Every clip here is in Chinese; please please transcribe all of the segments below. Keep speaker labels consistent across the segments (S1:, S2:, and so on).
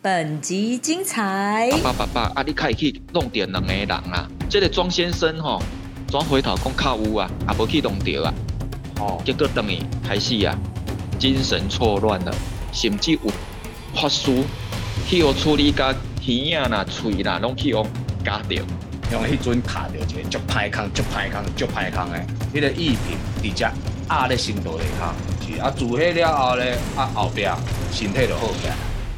S1: 本集精彩。
S2: 爸，啊！你可以去弄到2个人啊。这个庄先生吼，转回头讲靠有啊，也无去弄到啊。结果等于开始啊，精神错乱了，甚至有发书去互处理甲耳啊、喙啦，拢去互夹掉。
S3: 用迄阵卡着一个足歹空的，迄个异品直接压咧心肚里骹，是啊，自迄了后咧，后壁身体就好起来。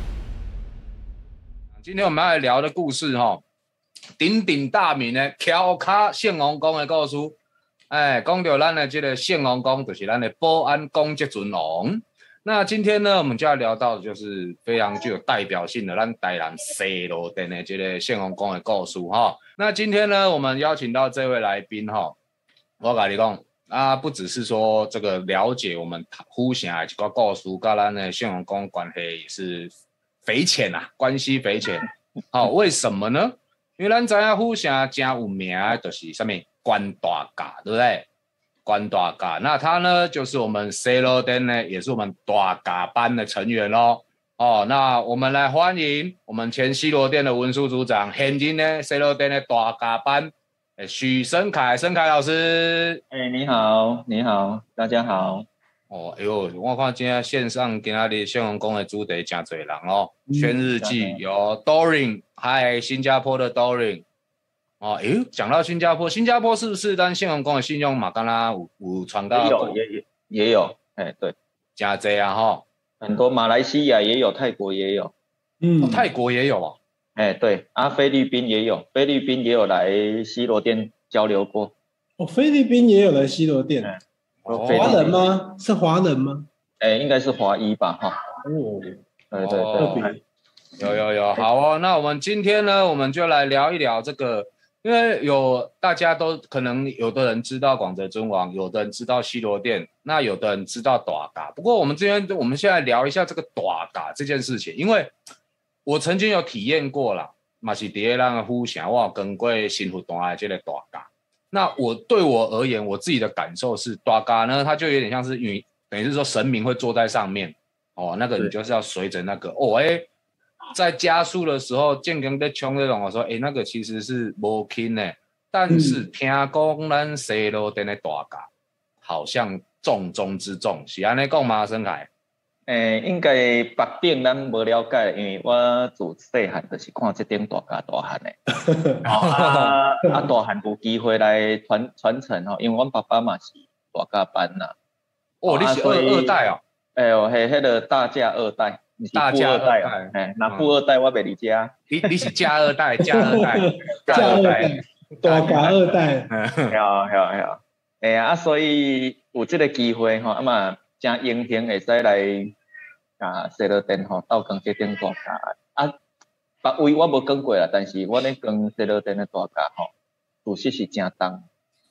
S3: 今天我们要来聊的故事鼎鼎大名的乔卡献王公的故事。讲到咱的这个献王公，就是咱的保安宫这尊王。那今天呢，我们就要聊到的就是非常具有代表性的咱台南西路店的这个献王公的故事那今天呢，我们邀请到这位来宾我跟你讲不只是说这个了解我们府城的一个故事，跟咱的献王公关系也是匪浅啊，关系匪浅。为什么呢？因为咱知影府城真有名的就是什么关大甲，对不对？关大甲，那他呢就是我们西路店呢，也是我们大甲班的成员咯。那我们来欢迎我们前西罗店的文书组长，现今呢西罗店的大甲班许生凯老师。
S2: 你好，大家好。
S3: 我看今天线上今天献王公的主题真多人轩日记有 Doreen， 嗨，新加坡的 Doreen。讲到新加坡是不是咱献王公的信用嘛？刚刚有传到
S2: 也有，对，
S3: 真多啊
S2: 很多马来西亚也有，泰国也有，
S3: 泰国也有
S2: 对菲律宾也有，来西罗店交流过。
S4: 菲律宾也有来西罗店，华人吗？是华人吗？
S2: 应该是华裔吧
S3: 对，有好那我们今天呢，我们就来聊一聊这个。因为大家都可能有的人知道广泽尊王，有的人知道西罗店，那有的人知道大甲。不过我们现在聊一下这个大甲这件事情，因为我曾经有体验过啦，嘛是在咱的府城，我有跟过新福段的这个大甲。那对我而言，我自己的感受是，大甲呢，它就有点像是等于是说神明会坐在上面那个你就是要随着那个在加速的时候，建工在冲这种，我说，那个其实是没轻的，但是听讲咱西路店的大甲好像重中之重，是安尼讲吗？生凯？
S2: 应该北顶咱无了解，因为我自细汉就是看这顶大甲大汉的，大汉有机会来传承因为阮爸爸嘛是大甲班呐。
S3: 你是二代
S2: 迄个大甲二代。
S3: 大家二代
S2: 那富二代我袂理解
S3: 你是家二代，大甲
S4: 二代，
S2: 所以有这个机会嘛，真荣幸会使来西罗店斗更这顶大甲别位我无讲过啦，但是我咧讲西罗店的大甲事实是真重。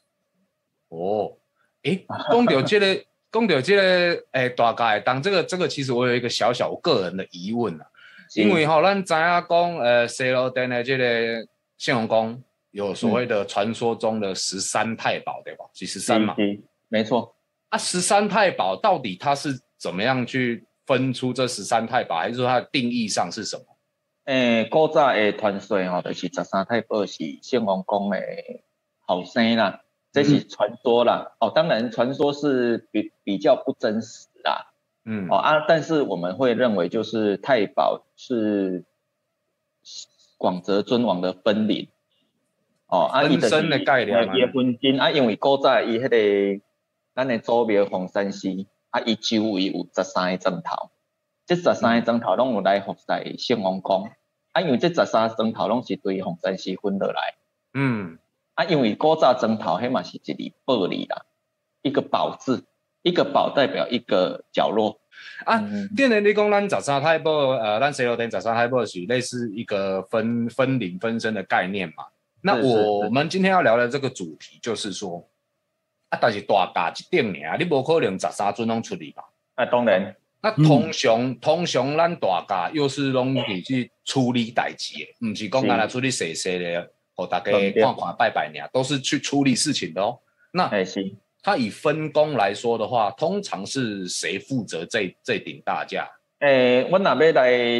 S3: 讲到这个大甲的当这个其实我有一个小我个人的疑问因为咱知影讲西罗店的这个献王公有所谓的传说中的13太保对吧？是13嘛？
S2: 没错。
S3: 13太保到底它是怎么样去分出这13太保，还是说它的定义上是什么？
S2: 古早的传说就是13太保是献王公的后生啦。这是传说啦当然传说是比较不真实啦但是我们会认为就是太保是广泽尊王的分灵
S3: 分身的概念
S2: 伊分身因为古早伊迄个咱的祖庙凤山寺伊周围有13个砖头，这13个砖头拢有来服侍献王公因为这13个砖头拢是对凤山寺分落来因为古早砖头迄嘛是一粒宝哩啦，一个宝字，一个宝代表一个角落
S3: 电人你讲咱13太保咱西罗店13太保是类似一个分灵分身的概念嘛？那我们今天要聊的这个主题就是说但是大甲一顶尔，你无可能13尊拢出去吧？
S2: 当然。
S3: 那通常咱大甲又是拢去处理代志的，不是讲干那出去洗的。大家看拜拜都是去处理事情的那他以分工来说的话，通常是谁负责这顶大架？
S2: 我若要来出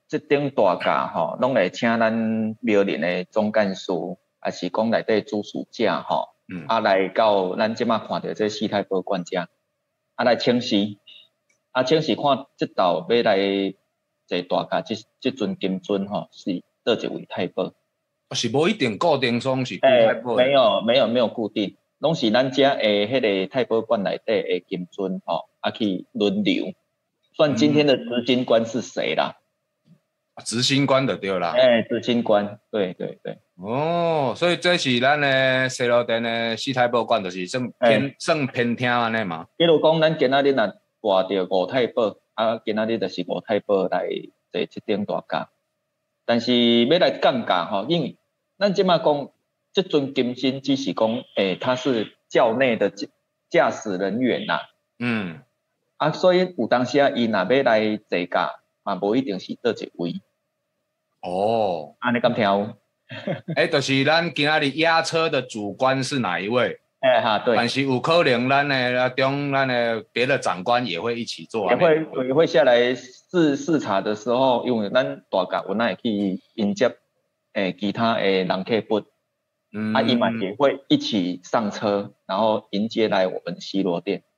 S2: 这顶大架吼，拢会请咱庙林的总干事，还是讲内底主事者吼，来到咱即马看到这四太保管家，来请示，请示看这道要来坐大架，这尊金尊吼是倒一位太保？
S3: 是无一定固定说是太保
S2: 没有固定，拢是咱遮迄个太保观内底的金尊吼，去轮流，算今天的执行官是谁啦？
S3: 执行官就对啦。
S2: 执行官，对。
S3: 哦，所以这是咱的西路店的四太保观，就是算偏听安尼嘛。
S2: 比如讲，咱今仔日若挂着五太保，今仔日就是五太保来坐这顶大架。但是要来降价吼，因为咱即马讲，这尊金身只是讲，他是教内的驾驶人员啦。所以有当时伊若要来坐驾，嘛无一定是倒一位。安尼敢听有？
S3: 就是咱今仔日押车的主官是哪一位？
S2: 对。
S3: 但是有可能咱的别的长官也会一起做，
S2: 也会下来视察的时候，因为咱大架有哪会去迎接其他的人客本，伊嘛也会一起上车，然后迎接来我们西螺店。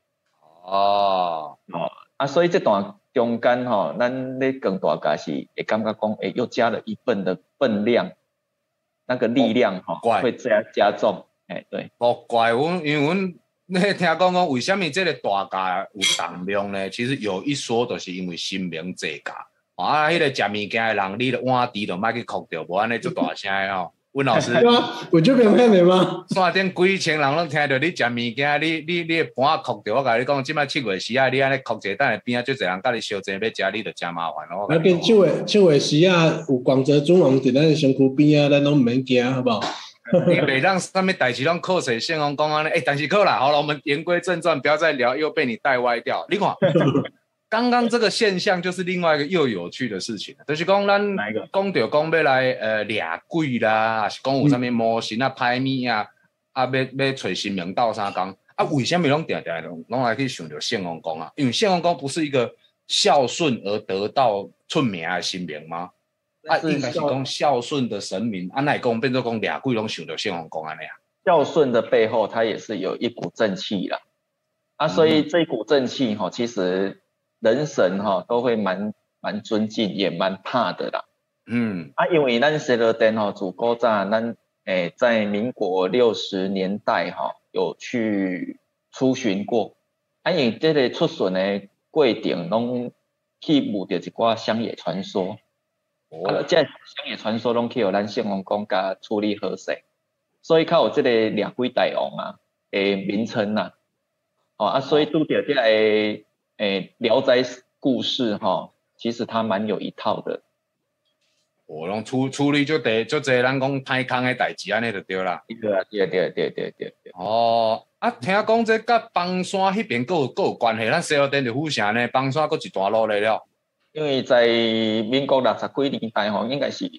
S2: 所以这段中间吼，咱咧更大架是会感觉讲，又加了一份的分量，那个力量会加重。对。
S3: 怪因为阮听讲为什么这个大架有重量呢？其实有一说，就是因为神明坐驾。迄个食物件的人，你的碗箸就莫去哭着，无安尼足大声的吼。温老师，
S4: 我就不用骗你吗？
S3: 山顶几千人拢听到你食物件，你的盘哭着，我甲你讲，即摆7月时你安尼哭者，等下边仔足侪人甲你烧钱要食，你就真麻烦咯。
S4: 那边7月时有广泽尊王伫咱身躯边咱拢唔免惊，好不好？
S3: 你袂让什么代志拢靠谁县公公安尼？但是好啦，好了，我们言归正传，不要再聊，又被你带歪掉。你看。刚刚这个现象就是另外一个又有趣的事情，就是讲咱讲到讲要来掠鬼啦，还是讲有啥物魔神啊、歹物啊，要找神明斗相共为什么拢定拢来去想到县公公啊？因为县公公不是一个孝顺而得到出名的神明吗？应该是讲孝顺的神明，那讲变做讲掠鬼拢想到县公公安尼啊？
S2: 孝顺的背后，它也是有一股正气啦。所以这一股正气其实。人神都会蛮尊敬，也蛮怕的啦。因为咱西螺店自古早咱在民国60年代有去出巡过，因为这个出巡的过程拢去悟到一寡乡野传说。这乡野传说拢去由咱县公公甲处理好势，所以较有这个掠鬼大王的名称啦。所以拄到这个。聊斋故事其实它蛮有一套的。
S3: 拢处理就侪咱讲歹空的代志安尼就对啦。
S2: 对。
S3: 听讲这甲邦山迄边佫有关系，咱西螺店就府城呢，邦山佫一段路来了。
S2: 因为在民国60几年代应该是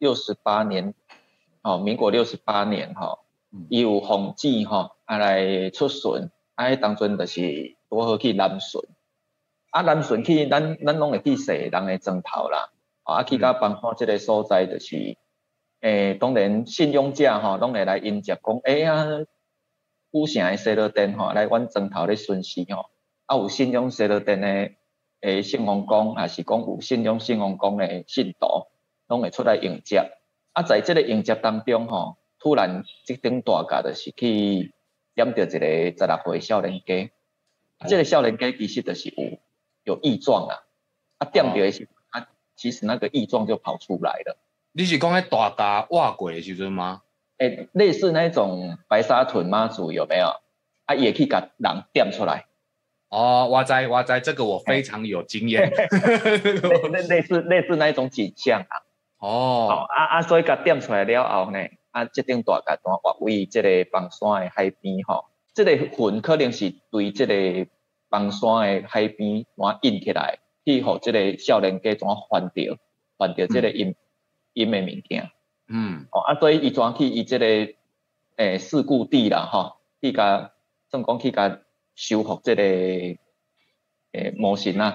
S2: 68年民国68年伊有洪祭来出巡，当阵就是拄好去南巡。南巡去，咱拢会去踅人的庄头啦，去到邦山这个所在，就是当然信用者拢会来迎接，讲府城的西螺店来阮庄头咧巡视有信用西螺店的县公公，还是讲有信用县公公的信徒，拢会出来迎接。在这个迎接当中突然这顶大架就是去点到一个16岁少年家，这个少年家其实就是有异状点到的时候，其实那个异状就跑出来了。
S3: 你是讲迄大架挖过的时阵吗？
S2: 类似那种白沙屯妈祖有没有？也可以把人点出来。
S3: 我知，这个我非常有经验。
S2: 类似那种景象所以把点出来了后呢，这顶大架当划为这个邦山的海边这个云可能是对这个邦山的海边引起来，去互这个少年家还到这个阴的物件。所以伊去伊这个事故地啦去甲算讲去甲修复这个模型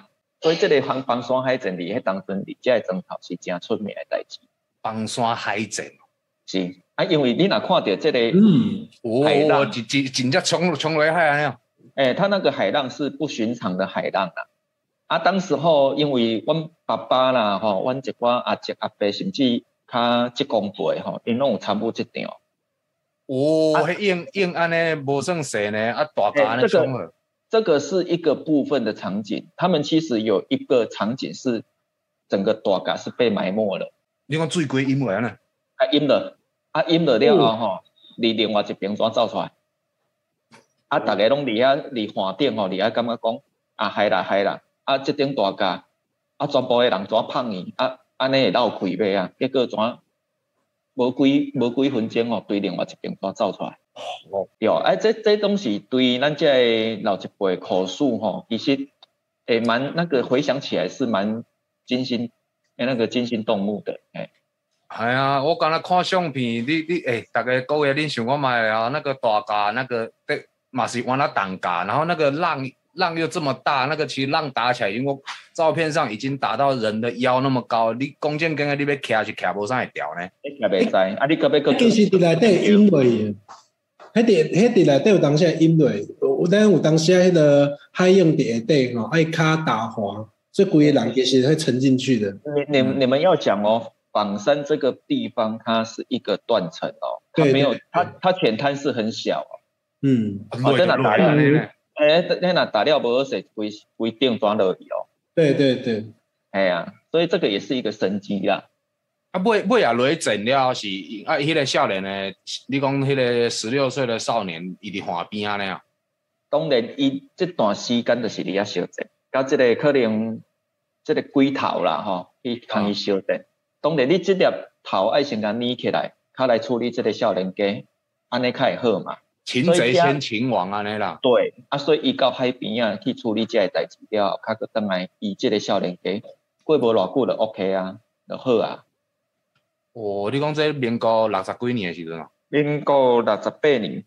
S2: 所以这个房山海战伫迄当阵，伫遮个庄头是真出名的代志。
S3: 房山海战
S2: 是啊，因为你若看到这个海浪，
S3: 真正冲落海啊！
S2: 他那个海浪是不寻常的海浪啊！啊，当时候因为阮爸爸啦，阮一寡阿叔阿伯，甚至较职工辈因拢有参与这场。
S3: 迄硬安尼无算细呢，大家安尼冲了。
S2: 这个是一个部分的场景，他们其实有一个场景是整个大架是被埋没了。
S3: 你讲水鬼淹落呢？
S2: 淹了了后离另外一边怎走出来？大家拢伫岸顶伫遐感觉讲海啦，这顶大架全部的人怎碰伊安尼会绕开尾啊？结果怎无几分钟对另外一边怎走出来？对，这东西对咱这老一辈口述其实蛮那个回想起来是蛮惊心动魄的
S3: 系啊，我刚才看相片，你大家各位恁想看卖啊，那个大架那个嘛是往那挡架，然后那个浪又这么大，那个其实浪打起来，因为照片上已经打到人的腰那么高，你弓箭杆你要徛是徛无啥会调呢？
S2: 徛袂知，你个要
S4: 其实伫内底淹落去，迄伫内底有当时淹落，咱有当时迄个海涌伫下底爱骹打滑，所以规个人其实会沉进去的。
S2: 你们要讲枋山这个地方，它是一个断层它没有它浅滩是很小真的打料那打料不好势，规顶转落去
S4: 对，
S2: 所以这个也是一个神机啦。
S3: 尾也落去整了是迄个少年呢？你讲迄个16岁的少年，伊伫岸边呢？
S2: 当然，伊这段时间就是伫遐烧阵，到这个可能这个龟头啦去抗伊烧阵。当然，你这粒头爱先甲捏起来，较来处理这个少年家，安尼较会好嘛。
S3: 擒贼先擒王安尼啦。对，
S2: 所以伊到海边去处理这个代志了，较个等来伊这个少年家过无偌久就 OK 就好啊。
S3: 你讲这民国60几年的时阵
S2: 民国68年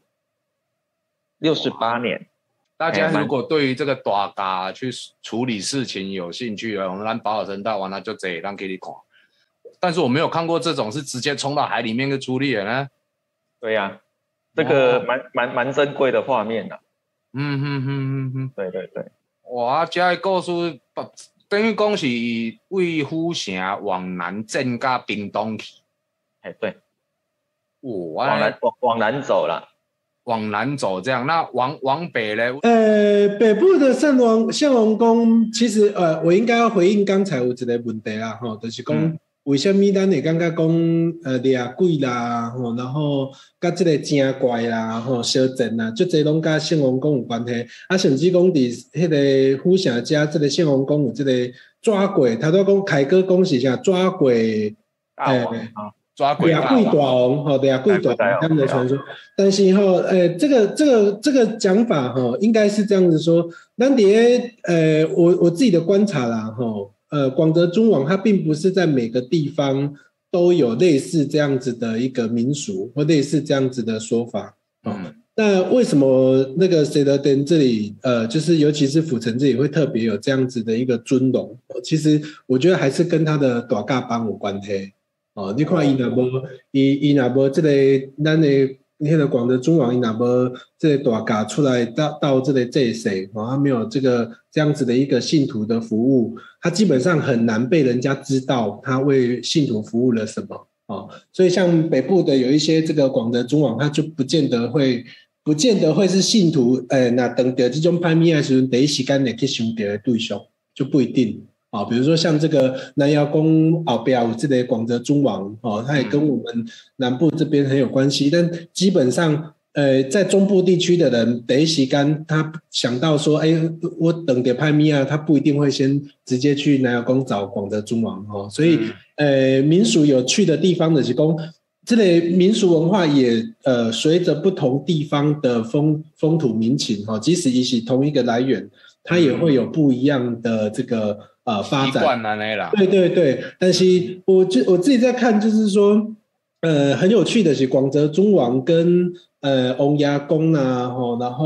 S2: ，68年。
S3: 大家如果对于这个大架去处理事情有兴趣我们咱保尔生大完了就这让给你看。但是我没有看过这种是直接冲到海里面去处理的呢。
S2: 对呀，这个蛮珍贵的画面的。对。
S3: 哇，这个故事等于讲是为府城往南镇到屏东去。
S2: 对。往南走啦。
S3: 往南走这样，那往北呢？
S4: 北部的圣王宫，其实我应该要回应刚才有一个问题啦，就是讲为什么咱会感觉讲掠鬼啦，然后甲这个精怪啦，烧阵啦，就这拢甲圣王宫有关系。甚至讲伫迄个府城遮，这个圣王宫有这个抓鬼，他都讲凯哥讲是啥抓鬼
S3: 抓鬼
S4: 掠鬼大王，掠鬼大王他们的传说。但是这个讲法应该是这样子说，咱我自己的观察啦，广德尊王它并不是在每个地方都有类似这样子的一个民俗或类似这样子的说法。那为什么那个谁的店这里就是尤其是府城这里会特别有这样子的一个尊荣？其实我觉得还是跟他的大甲帮有关系。你看伊若无这个咱的迄个广德尊王伊若无这个大架出来到这个祭祀他没有这样子的一个信徒的服务，他基本上很难被人家知道他为信徒服务了什么所以像北部的有一些这个广德尊王，他就不见得会是信徒那等到这种歹物的时候第一时间会去想到的对象，就不一定。比如说像这个南窑宫后边有这个广德尊王它也跟我们南部这边很有关系，但基本上在中部地区的人第一时间他想到说我等到歹物他不一定会先直接去南窑宫找广德尊王所以民俗有趣的地方的是说这个民俗文化也随着不同地方的风土民情即使也是同一个来源，它也会有不一样的这个发展。对，但是我自己在看，就是说很有趣的是广泽尊王跟王爷公然后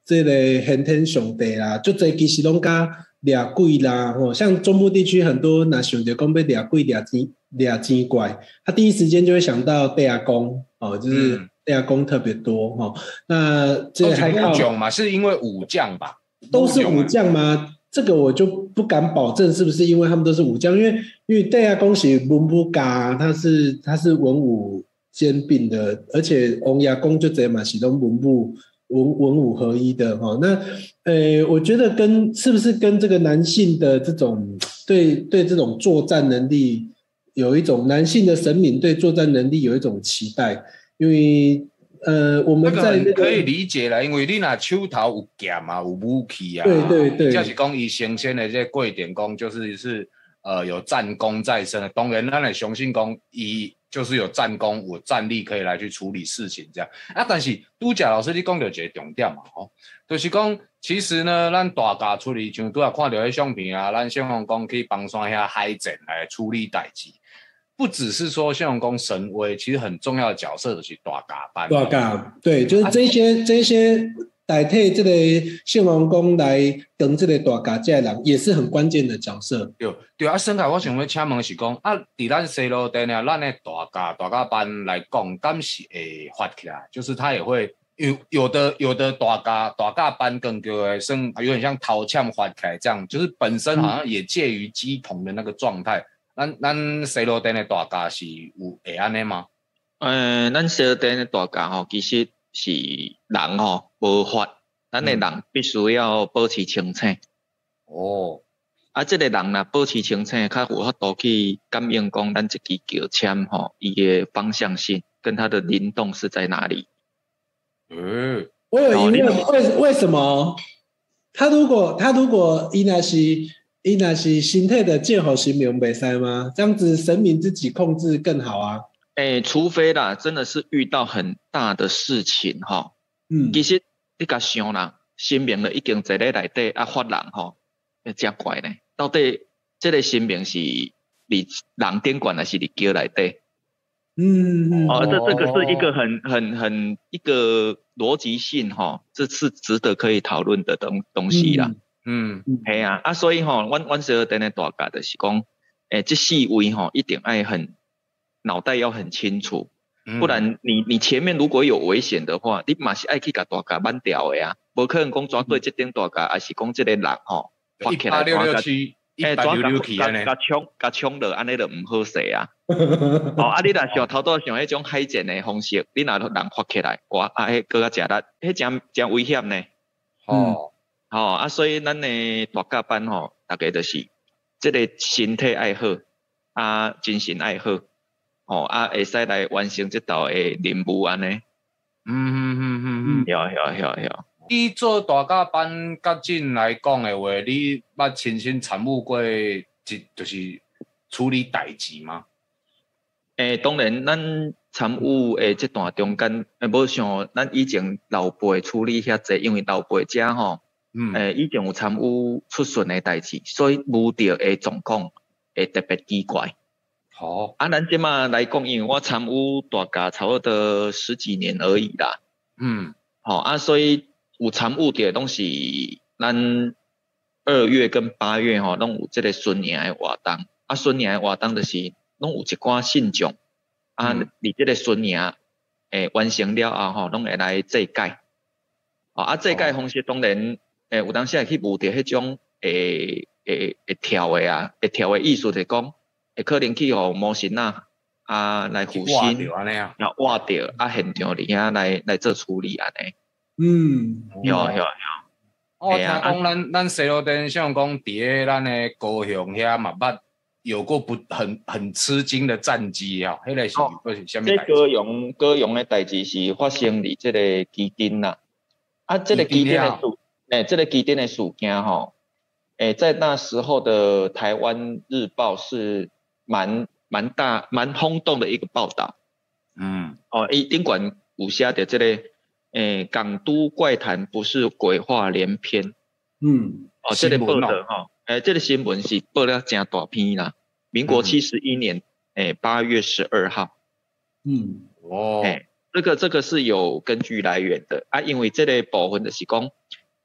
S4: 这个先天上帝啦，就这其实拢甲掠鬼啦，像中部地区很多若想着讲要掠鬼掠精怪，他第一时间就会想到地下公就是地下公特别多那这个还靠
S3: 武将嘛，是因为武将吧？
S4: 都是武将吗？这个我就不敢保证是不是因为他们都是武将，因为地下公是文武家，他是文武兼并的，而且王爷公就这嘛是都文武合一的那我觉得是不是跟这个男性的这种对这种作战能力有一种男性的神明对作战能力有一种期待，因为我们在那个
S3: 可以理解啦，因为你若手头有剑嘛，有武器啊，
S4: 对，
S3: 就是讲伊先前的这贵典公就是有战功在身的，当然咱也相信讲伊就是有战功有战力可以来去处理事情这样啊。但是拄则老师你讲到一个重点嘛就是讲其实呢，咱大家处理像拄仔看到迄相片啊，咱先王公去帮山遐海战来处理代志。不只是说先王公神威，其实很重要的角色就是大家班。
S4: 大家对，就是这些代替这个先王公来跟这个大家这人，也是很关键的角色。
S3: 对啊，先开我想要请问是讲啊，伫咱西路顶呢，咱的大家班来讲，敢是会发起来，就是他也会有的大家班更叫的算有点像头呛发起来这样，就是本身好像也介于鸡同的那个状态。咱西路顶的大家是有会安尼吗？
S2: 咱西路顶的大家其实是人无法，咱的人必须要保持清醒。这个人若保持清醒，较有法度去感应讲咱这支桥签伊的方向性跟它的灵动是在哪里。
S4: 我有疑问，为什么他如果伊那是身体的借好神明不可以吗？这样子神明自己控制更好啊。
S2: 除非啦，真的是遇到很大的事情其实你甲想啦，神明了已经在咧内底发人真怪呢。到底这个神明是伫人顶管还是伫桥内底？这个是一个很一个逻辑性这是值得可以讨论的东西啦。系啊，所以阮西路顶的大家就是讲，这四位一定要脑袋要很清楚，不然你前面如果有危险的话，你嘛是爱去甲大家扳掉的啊，无可能讲抓对这顶大家，还是讲这个人发起来甲冲了，安尼就唔好势啊。你若想头拄想迄种海战的方式，你若人发起来，迄更加食力，迄真危险呢。所以咱的大家班大概就是这个身体爱好精神爱好会使来完成这道的任务安尼。
S3: 你做大家班甲进来讲的话，你捌亲身参与过就是处理代志吗？
S2: 当然，咱参与这段中间无像咱以前老辈处理遐济，因为老辈遮以前有参与出巡的代志，所以遇到的状况会特别奇怪。咱即马来讲，因为我参与大家差不多10几年而已啦。所以有参与的拢是咱2月跟8月拢有这个巡营的活动。巡营的活动就是拢有一寡信众伫这个巡营完成了后拢会来祭改。祭改方式当然有当时会去遇到迄种会跳的意思，就是讲会可能去互魔神来附身，要挖掉现场里遐来做处理安尼。
S3: 听讲咱西路顶像讲伫咱的高雄遐嘛捌有过很吃惊的战绩迄个是啥物？
S2: 这高雄的代志是发生伫这个基丁啦。这个基丁的事件在那时候的台湾日报是蛮轰动的一个报道。顶管有写的这个港都怪谈不是鬼话连篇。这个报道这个新闻是报了真大篇啦。民国71年8月12号。这个是有根据来源的因为这个部分就是讲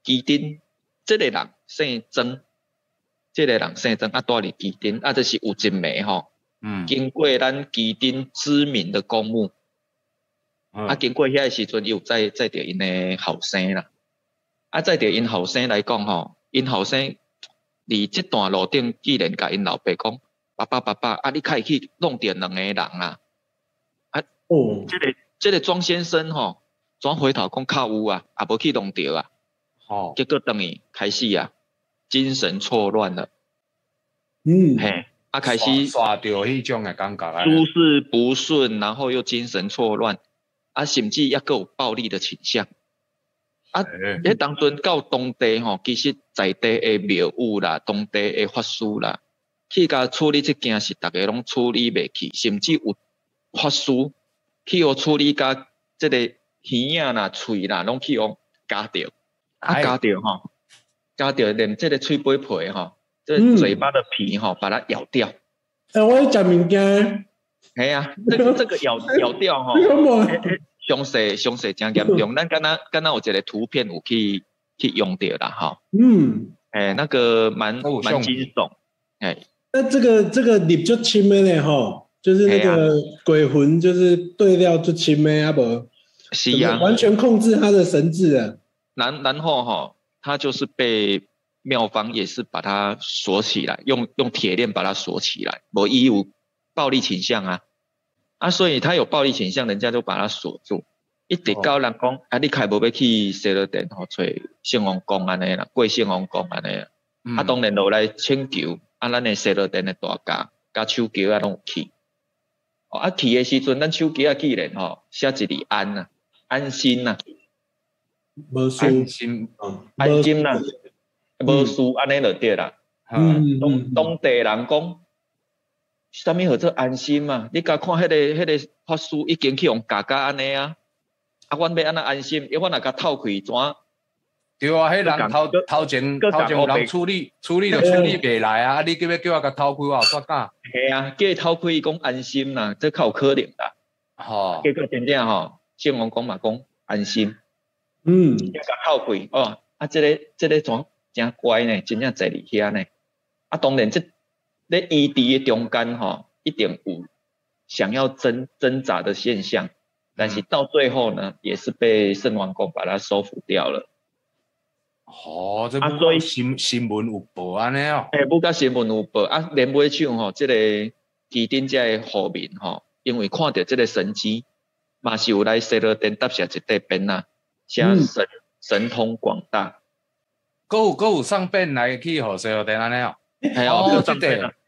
S2: 基丁，这个人姓曾，这个人姓曾啊，住伫基丁啊，就是有一枚吼，经过咱基丁知名的公墓，啊，经过遐个时阵，有载着因的后生啦，啊，载着因后生来讲吼，因后生伫这段路顶，既然甲因老爸讲，爸爸，啊，你可以去弄点两个人啊，啊，这个庄先生吼。转回头讲靠有啊，也无去弄到啊，结果等于开始啊，精神错乱了，嘿，啊开始
S3: 刷到迄种的感觉啊，
S2: 诸事不顺，然后又精神错乱，啊甚至也有暴力的倾向，啊，迄当阵到当地吼，其实在地的庙宇啦，当地的法师啦，去甲处理这件事，大家拢处理袂去，甚至有法师去互处理甲这个。耳啊啦、喙啦，拢去用夹掉，夹掉吼，夹掉连这个喙杯皮吼，这嘴巴的皮吼，把它咬掉。
S4: 我食物件。
S2: 系啊，这个咬掉吼，详细真严重。咱刚刚有一个图片有去用掉啦哈。那个蛮惊悚。
S4: 那这个入就深的咧吼，就是那个鬼魂就是对料就深的啊无。
S2: 是啊，
S4: 完全控制他的神智啊。
S2: 然后哈，他就是被庙方也是把他锁起来，用铁链把他锁起来，无伊有暴力倾向啊，所以他有暴力倾向，人家就把他锁住。一直到人讲，啊，你开无要去西螺殿吼，找圣王公安尼啦，过圣王公安尼啦。啊，当然落来请求，啊，咱的西螺殿的大家，甲手机啊拢有去。啊，去的时阵，咱手机啊，既然吼写一字安啊。安心呐，
S3: 安心
S2: 呐，无事安尼就对啦。当地人讲，啥物叫做安心嘛？你甲看迄个法师已经去用夹安尼啊，阮要安那安心？阮若甲透开怎？
S3: 对啊，迄人头前有人处理袂来啊！你叫我甲透开，我煞敢？
S2: 系啊，叫伊透开，伊讲安心啦，这较有可能啦。结果真正吼。圣王公嘛讲安心，要甲透开哦，啊，这个怎真乖呢？真正坐伫遐呢。啊，当然这咧异地的中间吼，一定有想要挣扎的现象，但是到最后呢，也是被圣王公把它收服掉了。
S3: 这所以新闻有报安尼哦。
S2: 不甲新闻有报啊，连尾唱吼，这个基丁遮的户民吼，因为看到这个神迹。嘛是有来西螺殿搭下一块匾啊，写神通广大。
S3: 佫有上匾来去互西螺殿安尼哦。
S2: 系啊，上匾啊。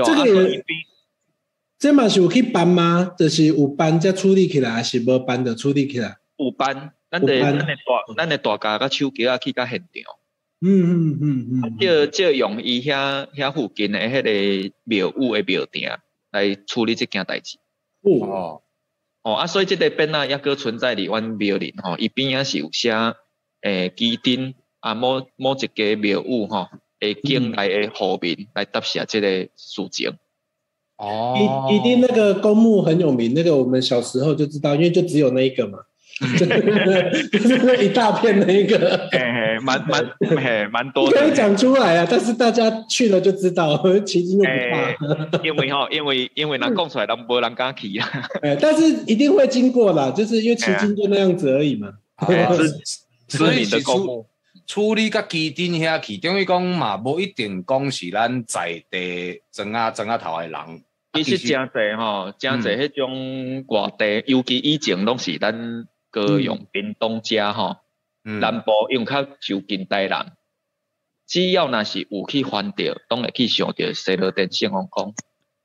S4: 这嘛是有去办吗？就是有办才处理起来，还是无办就处理起来？
S2: 有办，咱的大家甲手机啊去到现场。就用伊遐附近的迄个庙宇的庙埕来处理这件代志。所以这个匾也佫存在伫阮庙里吼，伊边仔是有写基丁啊某一个庙宇吼，会境内的户民来答谢这个事情。
S4: 基丁那个公墓很有名，那个我们小时候就知道，因为就只有那一个嘛，就是那一大片那一个，
S2: 蛮多的。
S4: 可以讲出来啊，但是大家去了就知道，奇经又不
S2: 怕。因为人讲出来，人无人敢去啊。
S4: 但是一定会经过啦，就是因为奇经就那样子而已嘛。
S2: 知名的公墓。
S3: 处理甲基丁遐去，等于讲嘛，无一定讲是咱在地庄仔头的人。
S2: 其实真侪吼，真侪迄种外地，尤其以前拢是咱高雄、屏东遮吼，南部因为较就近代人，只要若是有去翻到，拢会去想到西螺殿圣王公。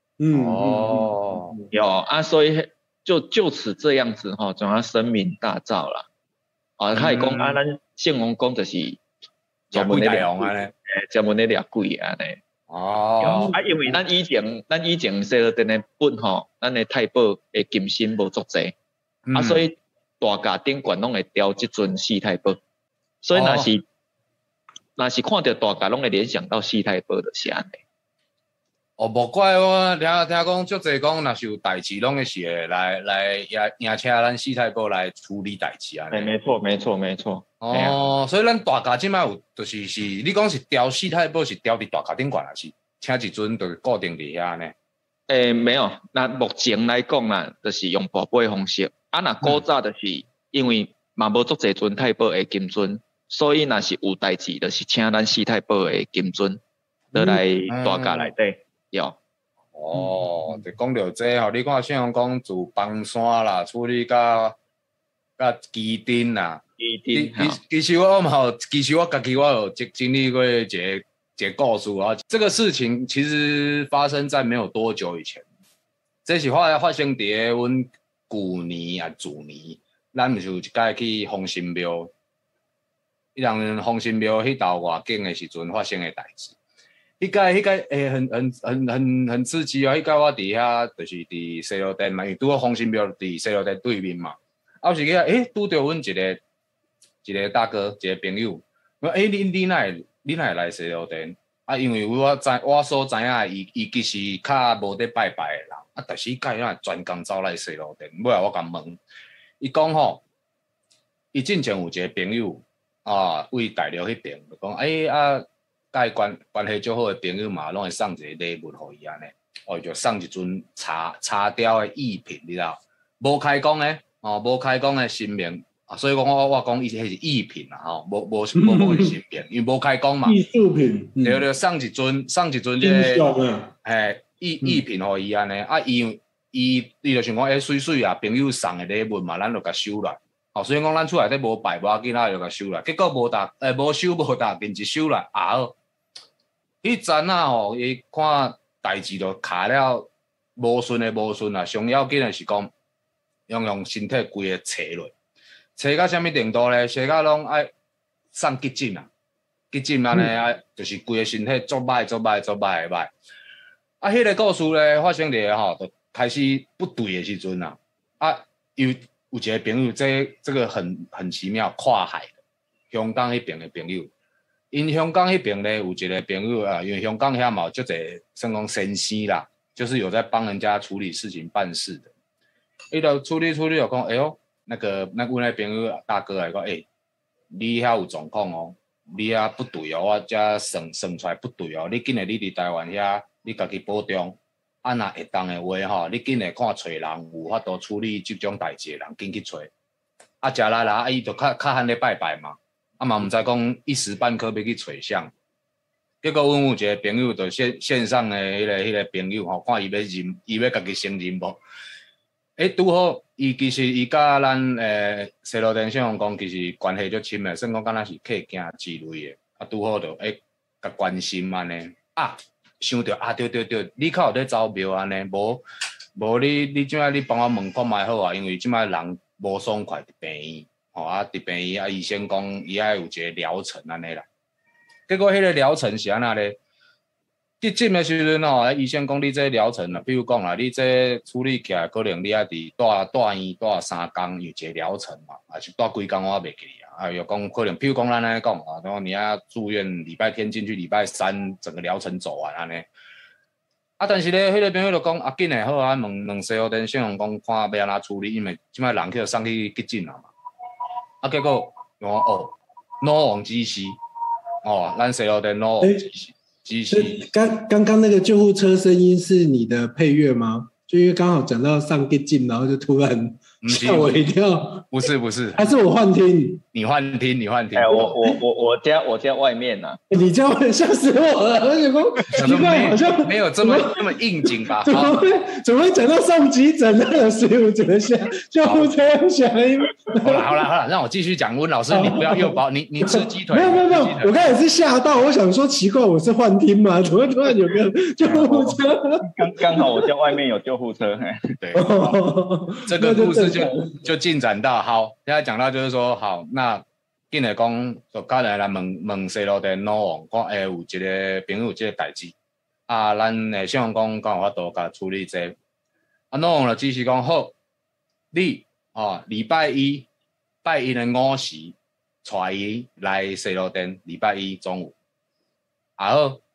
S2: 所以就此这样子吼，让他声名大噪啦。他会讲咱圣王公就是专门咧掠鬼，专门咧掠鬼安尼。因为咱以前西螺殿的本吼，咱的太保的金身无足济，所以大架顶悬拢会雕即尊四太保，所以若是看到大架，拢会联想到四太保就是安尼。
S3: 哦，无怪我听讲，足侪讲，若是有代志，拢会是来迎请咱四太保来处理代志啊。
S2: 没错。
S3: 哦，所以咱大家即摆有，就是你讲是调四太保是调伫大厦顶悬，还是请一尊就固定伫遐呢？
S2: 没有，那目前来讲啦，就是用跋杯方式。啊，那古早就是因为嘛无足侪尊太保的金尊，所以若是有代志，就是请咱四太保的金尊落来大厦内底。
S3: 哦，就讲到这吼，你看像讲自邦山啦，处理甲基丁啦，其实我家己我有经历过一个故事啊。这个事情其实发生在没有多久以前，这是发生伫阮旧年啊主年，咱毋是有一届去丰神庙，人丰神庙迄道外景的时阵发生的代志。迄届很刺激啊！迄届我伫遐就是伫西路店嘛，因为拄好丰神庙伫西路店对面嘛。啊，有时去拄着阮一个大哥，一个朋友，我你哪会来西路店？啊，因为我所知影，伊其实较无伫拜拜的人，啊，但是伊介哪专工走来西路店，尾来我甲问，伊讲吼，伊之前有一个朋友啊，为大陆迄边就讲甲伊关系足好的朋友嘛，拢会送一个礼物互伊安尼，哦，就送一尊茶雕的艺品，你知道？无开工的无开工的新名啊，所以讲我讲伊迄是艺品啦，吼，无是新名，因为无开工嘛。
S4: 艺术品，
S3: 对，送一尊这个，艺品互伊安尼，啊，伊就想讲，水水啊，朋友送的礼物嘛，咱就甲收来。哦，所以讲咱厝内底无拜，无要紧，就甲收来。结果无收无达，变一收来好。迄阵啊吼，伊看代志就卡了无顺啊，上要紧的是讲用身体规个扯落，扯到啥物程度咧？扯到拢爱送急诊啊，急诊安尼啊，就是规个身体足歹。啊，迄个故事咧发生伫吼，就开始不对的时阵啊，有一个朋友，这个很奇妙，跨海的香港迄边的朋友。因香港迄边咧有一个朋友啊，因为香港遐嘛有足侪算讲先生啦，就是有在帮人家处理事情办事的。伊就处理就讲，哎呦，那阮朋友大哥来讲，你遐有状况哦，你遐不对哦，我遮算出来不对哦，你紧来你伫台湾遐，你家己保重。啊，若会当的话吼，你紧来看找人有法度处理即种代志的人，紧去找。啊，食来啦，伊就较罕咧拜拜嘛。啊嘛，毋知讲一时半刻要去找谁，结果阮有一个朋友就线上的迄个朋友吼，看伊要家己承认无？拄好其实伊甲咱西路店信用公其实关系足深的，算讲敢若是客囝之类的。啊，拄好就甲关心安尼啊，想着啊，对，你较有咧走庙安尼，无你即摆你帮我问看卖好啊，因为即摆人无爽快伫病院。伫病院医生讲伊爱有一个疗程安尼啦。结果迄个疗程是安那咧？急诊的时阵医生讲你这疗程啦，比如讲啦，你这处理起来可能你爱伫住院住3工有一个疗程嘛，还是住几工我袂记啊。又讲可能，比如讲咱安尼讲然后你要住院，礼拜天进去，礼拜三整个疗程走完安尼。但是咧，迄个朋友就讲紧诶好啊，问西路店信用讲看要安怎处理，因为即摆人去送去急诊啦嘛。结果脑王机器咱西路店脑王机器。
S4: 刚刚那个救护车声音是你的配乐吗？就因为刚好讲到上急诊，然后就突然吓我一跳。
S3: 不是，
S4: 还是我幻听？
S3: 你幻听。
S2: 我家外面呐。
S4: 你家外面吓死我了！我想说奇怪，好像
S3: 没有这么应景吧？
S4: 怎么会讲到上急诊那个15折下救护车响？
S3: 好了，让我继续讲。温老师，你不要诱导你吃鸡腿。
S4: 没有，我刚才也是吓到，我想说奇怪，我是幻听吗？怎么突然有个救护车？
S2: 刚好我家外面有救护车。
S3: 对，这个故事就进展到好，现在讲到就是说好，那紧来讲就家人来问西路店老王，讲有一个朋友有这个代志啊，咱的信用讲有法度甲处理这老王就只是讲好，你礼拜一拜一的5时带伊来西路店，礼拜一中午好，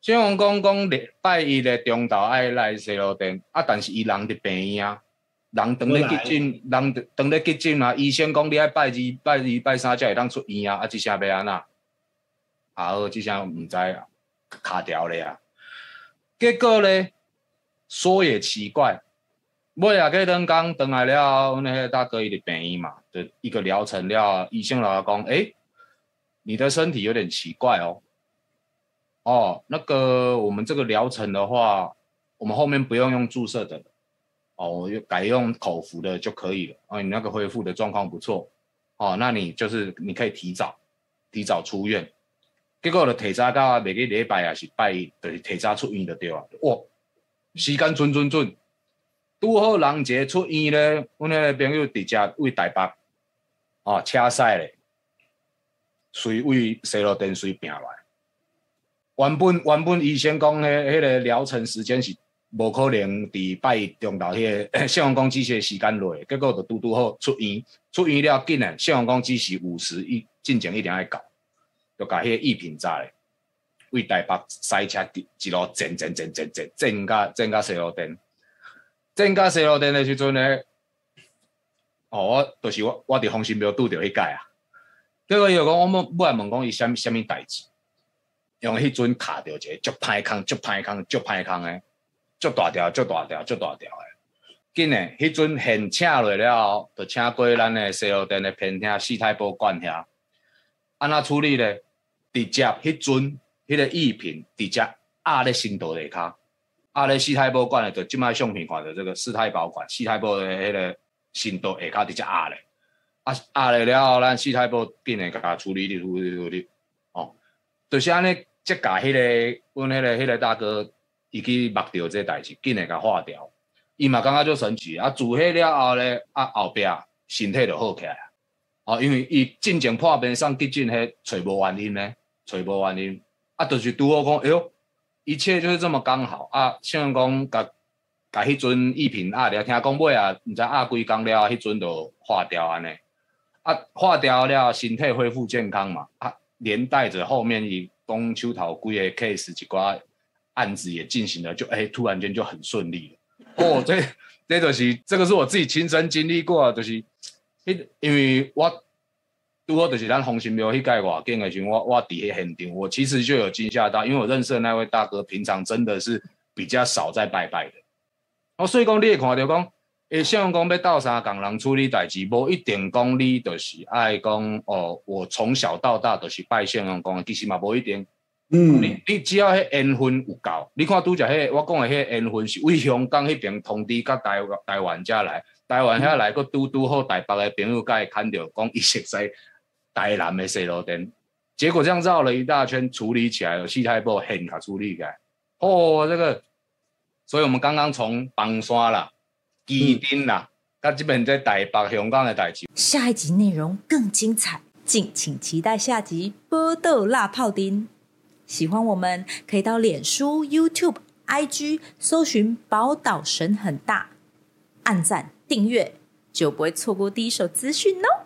S3: 新王讲拜一的中昼爱来西路店，但是伊人伫病院啊，人当咧急诊，人当咧急诊啊，医生讲你爱拜二、拜三才会当出院啊，即声要安那？好，即声毋知卡掉咧啊。结果咧，说也奇怪，尾啊个灯刚回来了，阮迄个大哥伊伫病院嘛，就一个疗程了，医生老讲，你的身体有点奇怪哦。那个我们这个疗程的话，我们后面不用注射的了，我改用口服的就可以了。你那个恢复的状况不错，那你可以提早出院。结果就提早到每个礼拜也是拜，就是提早出院就对了。哇，时间准，拄好人一个出院咧，阮迄个朋友直接为台北，车驶咧，随为西路店随拼来。原本医生讲迄个疗程时间是无可能伫拜中昼迄个信用公司的时间内，结果就拄好出院了紧诶，信用公司是50进前一定爱到，就甲迄个疫品炸咧，为台北塞车一路前到西路店，到西路店的时阵咧，我就是我伫芳心庙拄着迄届啊，结果伊就讲我尾来问讲伊啥物代志。用迄阵卡着一个足歹空诶，足大条诶。紧诶，迄阵现请落了后，就请过咱诶西路店诶偏厅四太保馆遐。安怎处理咧？直接迄阵迄个疫品直接压咧心道内骹，压咧四太保馆诶，就即摆相片看到这个四太保馆，四太保诶迄个心道下骹直接压咧，压咧了后，咱四太保紧诶甲处理，就是安尼。即甲迄个，阮迄个大哥，伊去目着这代志，紧诶甲化掉。伊嘛感觉足神奇，自迄了后咧，后壁身体就好起来。因为伊进前破病上急诊，找无原因咧，就是拄好讲，一切就是这么刚好像讲甲迄阵疫品了，听讲尾毋知几工了，迄阵就化掉安尼。化掉了，身体恢复健康嘛，连带着后面伊。讲手头几个 case 一寡案子也进行了，就突然间就很顺利了。这就是这个是我自己亲身经历过的，就是因为我拄好就是咱芳心庙迄届外景的时候，我伫迄现场，我其实就有惊吓到，因为我认识的那位大哥平常真的是比较少在拜拜的。所以讲你会看到讲，信用讲要斗相共人处理代志，无一定讲你就是爱讲我从小到大就是拜信用讲，其实嘛无一定。你只要迄缘分有够，你看拄则迄我讲的迄缘分是为香港迄边通知甲台湾遮来，台湾遐来佫拄好台北的朋友甲伊牵着讲伊熟悉台南的西路店，结果这样绕了一大圈处理起来了，四太保现甲处理起来。这个，所以我们刚刚从房山啦。基丁啦，甲这边在台北、香港的代志。
S1: 下一集内容更精彩，敬请期待下集《报道辣泡丁》。喜欢我们可以到脸书、YouTube、IG 搜寻“宝岛神很大”，按赞订阅就不会错过第一手资讯哦。